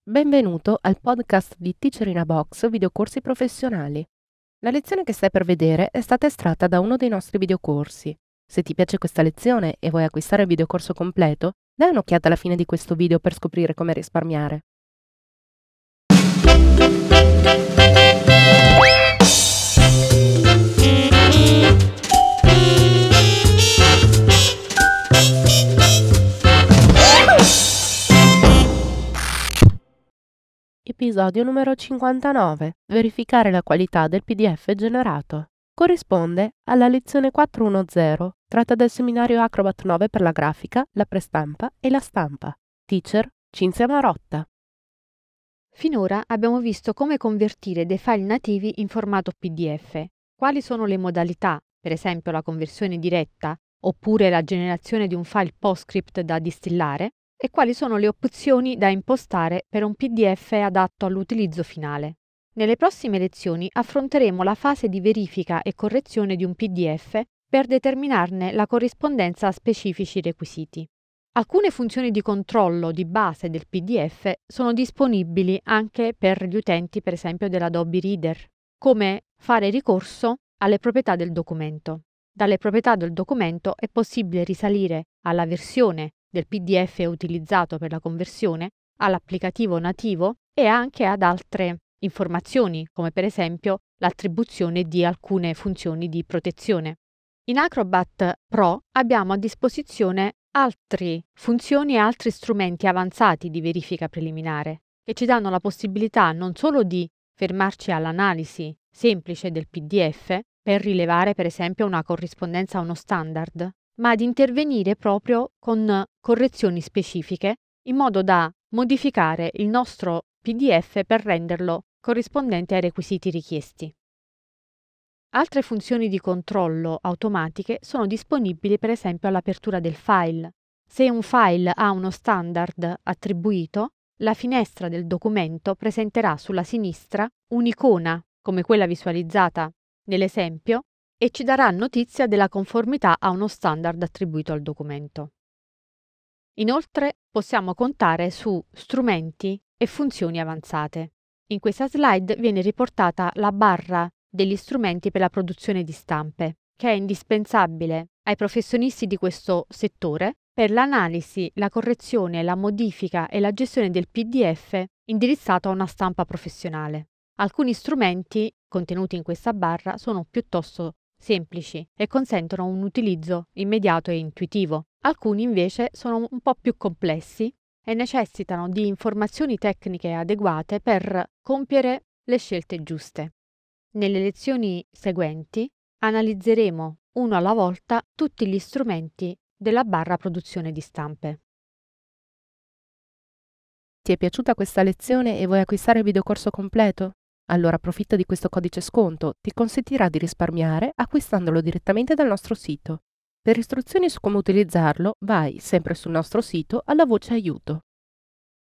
Benvenuto al podcast di Teacher in a Box videocorsi professionali. La lezione che stai per vedere è stata estratta da uno dei nostri videocorsi. Se ti piace questa lezione e vuoi acquistare il videocorso completo, dai un'occhiata alla fine di questo video per scoprire come risparmiare. Episodio numero 59. Verificare la qualità del PDF generato. Corrisponde alla lezione 410, tratta dal seminario Acrobat 9 per la grafica, la prestampa e la stampa. Teacher Cinzia Marotta. Finora abbiamo visto come convertire dei file nativi in formato PDF, quali sono le modalità, per esempio la conversione diretta oppure la generazione di un file PostScript da distillare, e quali sono le opzioni da impostare per un PDF adatto all'utilizzo finale. Nelle prossime lezioni affronteremo la fase di verifica e correzione di un PDF per determinarne la corrispondenza a specifici requisiti. Alcune funzioni di controllo di base del PDF sono disponibili anche per gli utenti, per esempio, dell'Adobe Reader, come fare ricorso alle proprietà del documento. Dalle proprietà del documento è possibile risalire alla versione del PDF utilizzato per la conversione, all'applicativo nativo e anche ad altre informazioni, come per esempio l'attribuzione di alcune funzioni di protezione. In Acrobat Pro abbiamo a disposizione altre funzioni e altri strumenti avanzati di verifica preliminare, che ci danno la possibilità non solo di fermarci all'analisi semplice del PDF per rilevare per esempio una corrispondenza a uno standard, ma di intervenire proprio con correzioni specifiche in modo da modificare il nostro PDF per renderlo corrispondente ai requisiti richiesti. Altre funzioni di controllo automatiche sono disponibili per esempio all'apertura del file. Se un file ha uno standard attribuito, la finestra del documento presenterà sulla sinistra un'icona, come quella visualizzata nell'esempio, e ci darà notizia della conformità a uno standard attribuito al documento. Inoltre possiamo contare su strumenti e funzioni avanzate. In questa slide viene riportata la barra degli strumenti per la produzione di stampe, che è indispensabile ai professionisti di questo settore per l'analisi, la correzione, la modifica e la gestione del PDF indirizzato a una stampa professionale. Alcuni strumenti contenuti in questa barra sono piuttosto semplici e consentono un utilizzo immediato e intuitivo. Alcuni invece sono un po' più complessi e necessitano di informazioni tecniche adeguate per compiere le scelte giuste. Nelle lezioni seguenti analizzeremo uno alla volta tutti gli strumenti della barra produzione di stampe. Ti è piaciuta questa lezione e vuoi acquistare il videocorso completo? Allora approfitta di questo codice sconto, ti consentirà di risparmiare acquistandolo direttamente dal nostro sito. Per istruzioni su come utilizzarlo, vai sempre sul nostro sito alla voce aiuto.